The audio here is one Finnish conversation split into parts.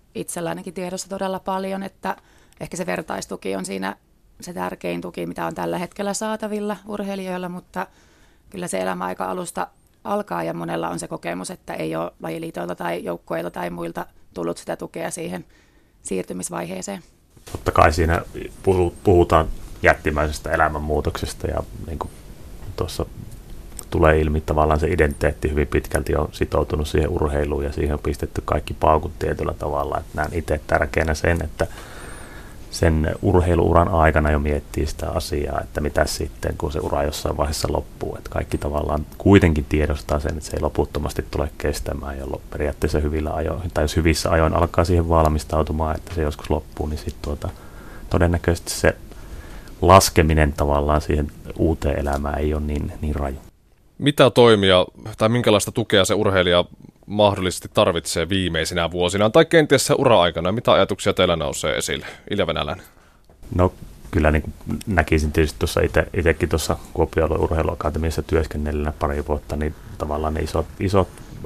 itsellä ainakin tiedossa todella paljon, että ehkä se vertaistuki on siinä se tärkein tuki, mitä on tällä hetkellä saatavilla urheilijoilla, mutta kyllä se elämä aika alusta alkaa ja monella on se kokemus, että ei ole lajiliitoilta tai joukkueilta tai muilta tullut sitä tukea siihen siirtymisvaiheeseen. Totta kai siinä puhutaan jättimäisestä elämänmuutoksesta ja niin kuin tuossa tulee ilmi tavallaan se identiteetti hyvin pitkälti on sitoutunut siihen urheiluun ja siihen on pistetty kaikki paukut tietyllä tavalla. Että näen itse tärkeänä sen, että sen urheiluuran aikana jo miettii sitä asiaa, että mitä sitten, kun se ura jossain vaiheessa loppuu. Että kaikki tavallaan kuitenkin tiedostaa sen, että se ei loputtomasti tule kestämään, jolloin periaatteessa hyvillä ajoin, tai jos hyvissä ajoin alkaa siihen valmistautumaan, että se joskus loppuu, niin sitten todennäköisesti se laskeminen tavallaan siihen uuteen elämään ei ole niin raju. Mitä toimia tai minkälaista tukea se urheilija mahdollisesti tarvitsee viimeisinä vuosina tai kenties se ura-aikana? Mitä ajatuksia teillä nousee esille? Ilja Venäläinen. No kyllä niin näkisin tietysti tuossa itsekin tuossa Kuopion urheiluakatemiassa työskennelleenä pari vuotta, niin tavallaan ne isot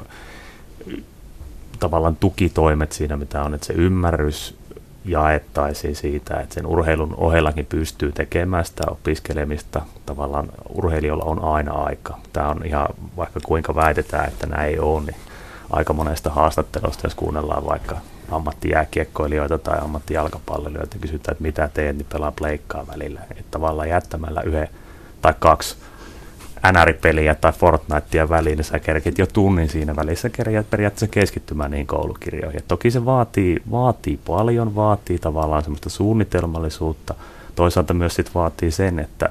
tavallaan tukitoimet siinä, mitä on, että se ymmärrys jaettaisiin siitä, että sen urheilun ohellakin pystyy tekemään sitä opiskelemista. Tavallaan urheilijoilla on aina aika. Tämä on ihan, vaikka kuinka väitetään, että näin ei ole, niin aika monesta haastattelusta, jos kuunnellaan vaikka ammattijääkiekkoilijoita tai ammattijalkapalloilijoita, kysytään, että mitä teet, niin pelaa pleikkaa välillä. Että tavallaan jättämällä 1 tai 2 NR-peliä tai Fortnitea väliin, niin sä kerkit jo tunnin siinä välissä periaatteessa keskittymään niihin koulukirjoihin. Et toki se vaatii paljon, vaatii tavallaan semmoista suunnitelmallisuutta. Toisaalta myös sit vaatii sen, että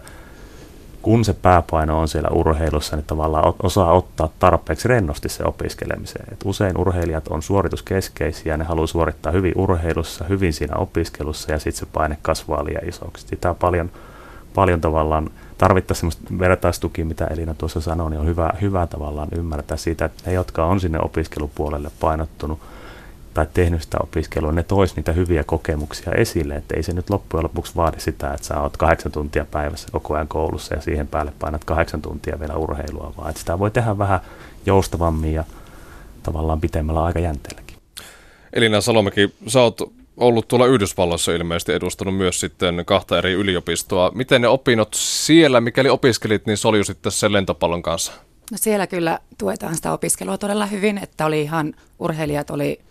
kun se pääpaino on siellä urheilussa, niin tavallaan osaa ottaa tarpeeksi rennosti se opiskelemiseen. Et usein urheilijat on suorituskeskeisiä, ne haluaa suorittaa hyvin urheilussa, hyvin siinä opiskelussa ja sitten se paine kasvaa liian isoksi. Sitä on paljon tavallaan tarvittaisiin semmoista vertaistukia, mitä Elina tuossa sanoi, niin on hyvä tavallaan ymmärtää siitä, että ne, jotka on sinne opiskelupuolelle painottunut tai tehnyt sitä opiskelua, ne tois niitä hyviä kokemuksia esille, että ei se nyt loppujen lopuksi vaadi sitä, että sä oot 8 tuntia päivässä koko ajan koulussa ja siihen päälle painat 8 tuntia vielä urheilua, vaan että sitä voi tehdä vähän joustavammin ja tavallaan pitemmällä aikajänteelläkin. Elina Salomäki, sä oot ollut tuolla Yhdysvalloissa ilmeisesti edustanut myös sitten 2 eri yliopistoa. Miten ne opinnot siellä, mikäli opiskelit, niin soljusit sen lentopallon kanssa? No siellä kyllä tuetaan sitä opiskelua todella hyvin, että oli ihan urheilijat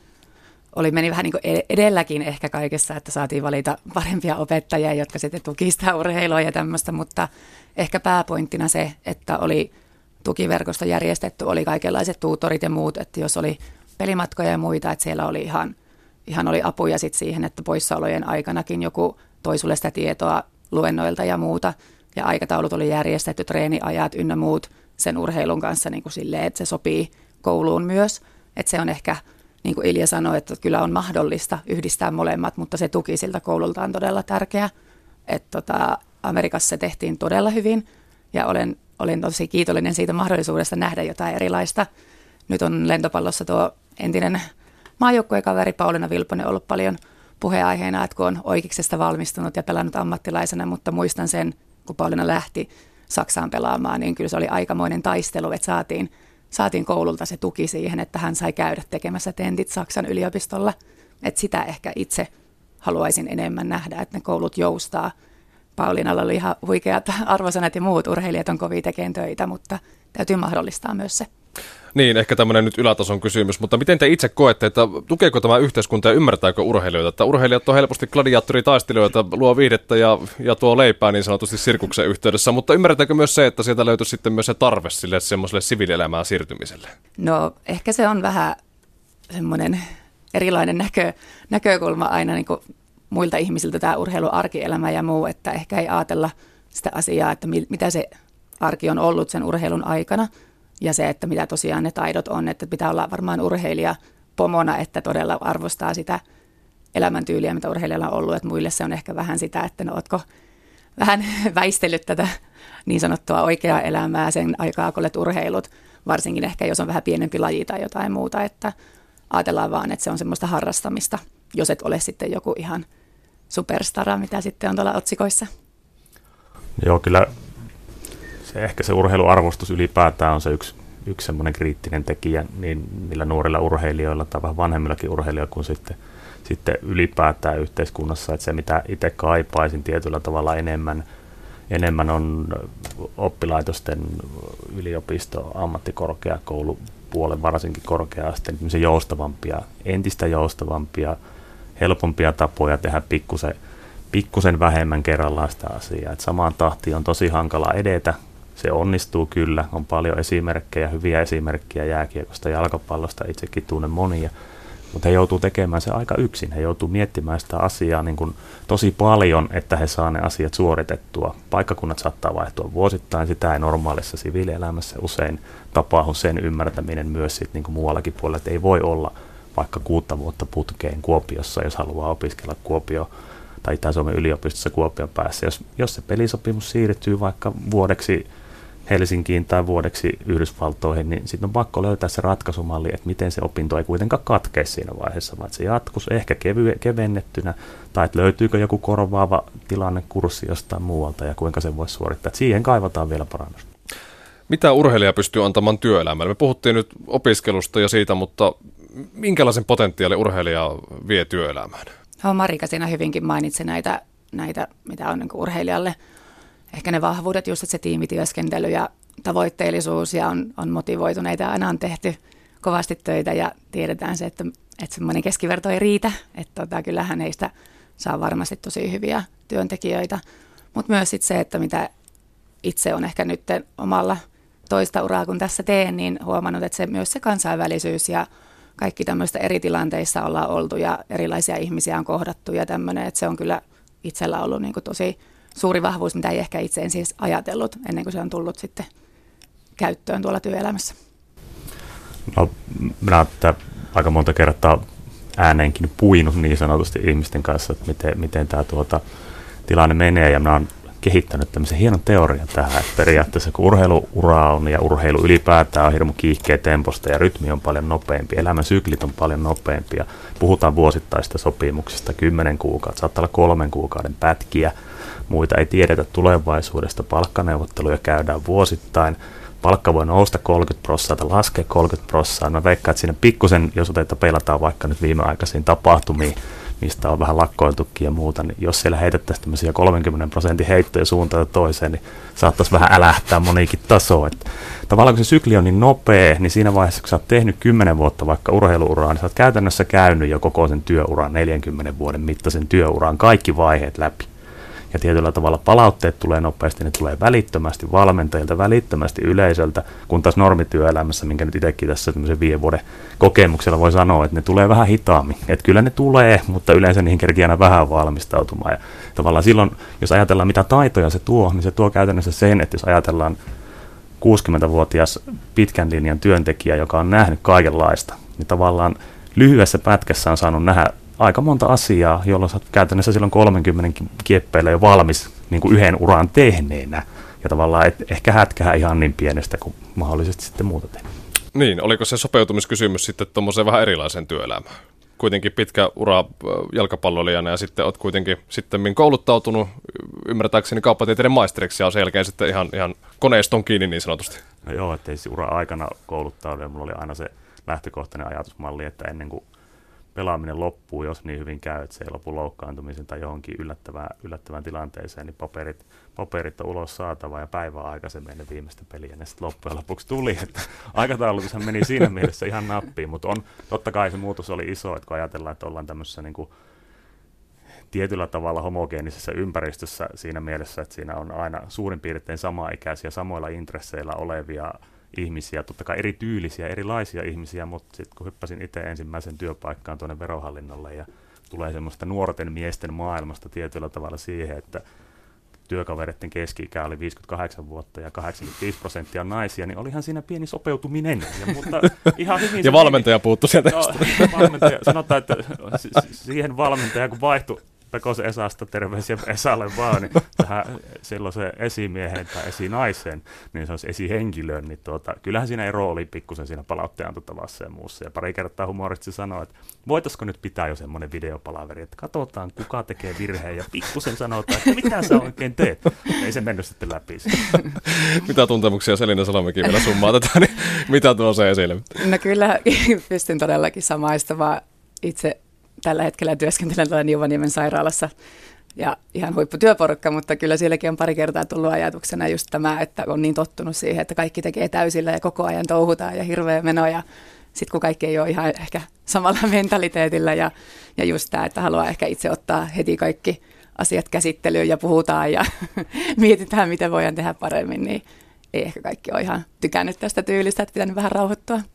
meni vähän niin kuin edelläkin ehkä kaikessa, että saatiin valita parempia opettajia, jotka sitten tuki sitä urheilua ja tämmöistä, mutta ehkä pääpointtina se, että oli tukiverkosto järjestetty, oli kaikenlaiset tuutorit ja muut, että jos oli pelimatkoja ja muita, että siellä oli ihan oli apuja sitten siihen, että poissaolojen aikanakin joku toi sulle sitä tietoa luennoilta ja muuta, ja aikataulut oli järjestetty, treeniajat ynnä muut sen urheilun kanssa niin kuin silleen, että se sopii kouluun myös, että se on ehkä, niin kuin Ilja sanoi, että kyllä on mahdollista yhdistää molemmat, mutta se tuki siltä koululta on todella tärkeä, että Amerikassa se tehtiin todella hyvin, ja olen tosi kiitollinen siitä mahdollisuudesta nähdä jotain erilaista. Nyt on lentopallossa tuo entinen maajoukkuekaveri Pauliina Vilponen ollut paljon puheenaiheena, että kun on oikeuksesta valmistunut ja pelannut ammattilaisena, mutta muistan sen, kun Pauliina lähti Saksaan pelaamaan, niin kyllä se oli aikamoinen taistelu, että saatiin koululta se tuki siihen, että hän sai käydä tekemässä tentit Saksan yliopistolla. Että sitä ehkä itse haluaisin enemmän nähdä, että ne koulut joustaa. Pauliinalla oli ihan huikeat arvosanat ja muut urheilijat on kovia tekemään töitä, mutta täytyy mahdollistaa myös se. Niin, ehkä tämmöinen nyt ylätason kysymys, mutta miten te itse koette, että tukeeko tämä yhteiskunta ja ymmärtääkö urheilijoita? Että urheilijat on helposti gladiaattoritaistelijoita, luo viihdettä ja tuo leipää niin sanotusti sirkuksen yhteydessä, mutta ymmärretäänkö myös se, että sieltä löytyisi sitten myös se tarve sille semmoiselle siviilielämään siirtymiselle? No ehkä se on vähän semmoinen erilainen näkökulma aina niin kuin muilta ihmisiltä tämä urheiluarkielämä ja muu, että ehkä ei ajatella sitä asiaa, että mitä se arki on ollut sen urheilun aikana. Ja se, että mitä tosiaan ne taidot on, että pitää olla varmaan urheilija pomona, että todella arvostaa sitä elämäntyyliä, mitä urheilijalla on ollut. Että muille se on ehkä vähän sitä, että no ootko vähän väistellyt tätä niin sanottua oikeaa elämää sen aikaa, kun olet urheilut. Varsinkin ehkä, jos on vähän pienempi laji tai jotain muuta, että ajatellaan vaan, että se on semmoista harrastamista, jos et ole sitten joku ihan superstara, mitä sitten on tuolla otsikoissa. Joo, kyllä. Ehkä se urheiluarvostus ylipäätään on se yksi semmoinen kriittinen tekijä niin niillä nuorilla urheilijoilla tai vähän vanhemmillakin urheilijoilla kuin sitten ylipäätään yhteiskunnassa, että se mitä itse kaipaisin tietyllä tavalla enemmän on oppilaitosten, yliopisto, ammattikorkeakoulupuolen, varsinkin korkea-asteen, entistä joustavampia, helpompia tapoja tehdä pikkusen vähemmän kerrallaan sitä asiaa. Et samaan tahtiin on tosi hankala edetä. Se onnistuu kyllä. On paljon esimerkkejä, hyviä esimerkkejä jääkiekosta, jalkapallosta. Itsekin tunnen monia. Mutta he joutuu tekemään se aika yksin. He joutuu miettimään sitä asiaa niin kuin tosi paljon, että he saa ne asiat suoritettua. Paikkakunnat saattaa vaihtua vuosittain. Sitä ei normaalissa siviilielämässä usein tapahdu sen ymmärtäminen myös sit niin kuin muuallakin puolella, että ei voi olla vaikka 6 vuotta putkeen Kuopiossa, jos haluaa opiskella Kuopio tai Itä-Suomen yliopistossa Kuopion päässä. Jos se pelisopimus siirtyy vaikka vuodeksi Helsinkiin tai vuodeksi Yhdysvaltoihin, niin sitten on pakko löytää se ratkaisumalli, että miten se opinto ei kuitenkaan katkea siinä vaiheessa, vaan se jatkuisi ehkä kevennettynä, tai että löytyykö joku korvaava tilannekurssi jostain muualta ja kuinka se voisi suorittaa. Että siihen kaivataan vielä parannusta. Mitä urheilija pystyy antamaan työelämälle? Me puhuttiin nyt opiskelusta ja siitä, mutta minkälaisen potentiaali urheilija vie työelämään? Marika siinä hyvinkin mainitsi näitä mitä on niin kuin urheilijalle. Ehkä ne vahvuudet, just että se tiimityöskentely ja tavoitteellisuus ja on motivoituneita ja aina on tehty kovasti töitä ja tiedetään se, että semmoinen keskiverto ei riitä. Että kyllähän heistä saa varmasti tosi hyviä työntekijöitä. Mutta myös sit se, että mitä itse on ehkä nyt omalla toista uraa kun tässä teen, niin huomannut, että myös se kansainvälisyys ja kaikki tämmöistä eri tilanteissa ollaan oltu ja erilaisia ihmisiä on kohdattu ja tämmöinen, että se on kyllä itsellä ollut niin kuin tosi suuri vahvuus, mitä ei ehkä itse en siis ajatellut ennen kuin se on tullut sitten käyttöön tuolla työelämässä. No, minä olen aika monta kertaa ääneenkin puinut niin sanotusti ihmisten kanssa, että miten tämä tilanne menee, ja minä olen kehittänyt tämmöisen hienon teorian tähän, että periaatteessa kun urheiluura on ja urheilu ylipäätään on hirmu kiihkeä temposta ja rytmi on paljon nopeampi, elämän syklit on paljon nopeampia, puhutaan vuosittaisista sopimuksista, 10 kuukautta, saattaa olla 3 kuukauden pätkiä, muita ei tiedetä tulevaisuudesta, palkkaneuvotteluja käydään vuosittain, palkka voi nousta 30% tai laskea 30%. Mä veikkaan, että siinä pikkusen, jos peilataan vaikka nyt viimeaikaisiin tapahtumiin, mistä on vähän lakkoiltukin ja muuta, niin jos siellä heitettäisiin tämmöisiä 30% heittoja suuntaan ja toiseen, niin saattaisi vähän älähtää monikin tasoa. Että tavallaan kun se sykli on niin nopea, niin siinä vaiheessa, kun sä oot tehnyt 10 vuotta vaikka urheiluuraa, niin sä oot käytännössä käynyt jo koko sen työuran, 40 vuoden mittaisen työuran, kaikki vaiheet läpi. Ja tietyllä tavalla palautteet tulee nopeasti, ne tulee välittömästi valmentajilta, välittömästi yleisöltä, kun taas normityöelämässä, minkä nyt itsekin tässä 5 vuoden kokemuksella voi sanoa, että ne tulee vähän hitaammin. Että kyllä ne tulee, mutta yleensä niihin kerkii aina vähän valmistautumaan. Ja tavallaan silloin, jos ajatellaan mitä taitoja se tuo, niin se tuo käytännössä sen, että jos ajatellaan 60-vuotias pitkän linjan työntekijä, joka on nähnyt kaikenlaista, niin tavallaan lyhyessä pätkässä on saanut nähdä aika monta asiaa, jolloin sä oot käytännössä silloin 30 kieppeillä jo valmis niin kuin yhden uran tehneenä. Ja tavallaan et ehkä hätkähä ihan niin pienestä kuin mahdollisesti sitten muuta tehdä. Niin, oliko se sopeutumiskysymys sitten tuommoiseen vähän erilaiseen työelämään? Kuitenkin pitkä ura jalkapalloilijana ja sitten olet kuitenkin sitten kouluttautunut ymmärtääkseni kauppatieteiden maisteriksi ja sen jälkeen sitten ihan koneiston kiinni niin sanotusti. No joo, ettei se ura aikana kouluttaudu ja mulla oli aina se lähtökohtainen ajatusmalli, että ennen kuin pelaaminen loppuu, jos niin hyvin käy, että se ei lopu loukkaantumisen tai johonkin yllättävään tilanteeseen, niin paperit on ulos saatava ja päivää aikaisemmin ennen viimeistä peliä, ja ne sitten loppujen lopuksi tuli, että aikataulutushan meni siinä mielessä ihan nappiin, mutta totta kai se muutos oli iso, että kun ajatellaan, että ollaan tämmöisessä niin kuin tietyllä tavalla homogeenisessa ympäristössä siinä mielessä, että siinä on aina suurin piirtein samaikäisiä, samoilla intresseillä olevia ihmisiä, totta kai erityylisiä, erilaisia ihmisiä, mutta sitten kun hyppäsin itse ensimmäisen työpaikkaan tuonne verohallinnolle ja tulee semmoista nuorten miesten maailmasta tietyllä tavalla siihen, että työkavereiden keski-ikä oli 58 vuotta ja 85% on naisia, niin olihan siinä pieni sopeutuminen. Mutta ihan hyvin ja valmentaja puuttui sieltä. Sanotaan, että siihen valmentaja kun vaihtui Pekosen Esasta, terveisiä Esalle vaan, niin silloin se esimiehen tai esinaisen, niin se olisi esihenkilön, niin kyllähän siinä ero oli pikkusen siinä palautteantotavassa ja muussa. Ja pari kertaa humoristisesti sanoi, että voitaisiko nyt pitää jo semmoinen videopalaveri, että katsotaan kuka tekee virheen ja pikkusen sanotaan, että mitä sä oikein teet. Ei se mennyt sitten läpi. Mitä tuntemuksia Selina Salomäki vielä summaa tätä, niin mitä tuo se esille? No kyllä pystyn todellakin samaistumaan. Itse tällä hetkellä työskentelen tuolla Niuvaniemen sairaalassa ja ihan huipputyöporukka, mutta kyllä sielläkin on pari kertaa tullut ajatuksena just tämä, että on niin tottunut siihen, että kaikki tekee täysillä ja koko ajan touhutaan ja hirveä meno ja sitten kun kaikki ei ole ihan ehkä samalla mentaliteetillä ja just tämä, että haluaa ehkä itse ottaa heti kaikki asiat käsittelyyn ja puhutaan ja mietitään, miten voidaan tehdä paremmin, niin ei ehkä kaikki ole ihan tykännyt tästä tyylistä, että pitänyt vähän rauhoittua.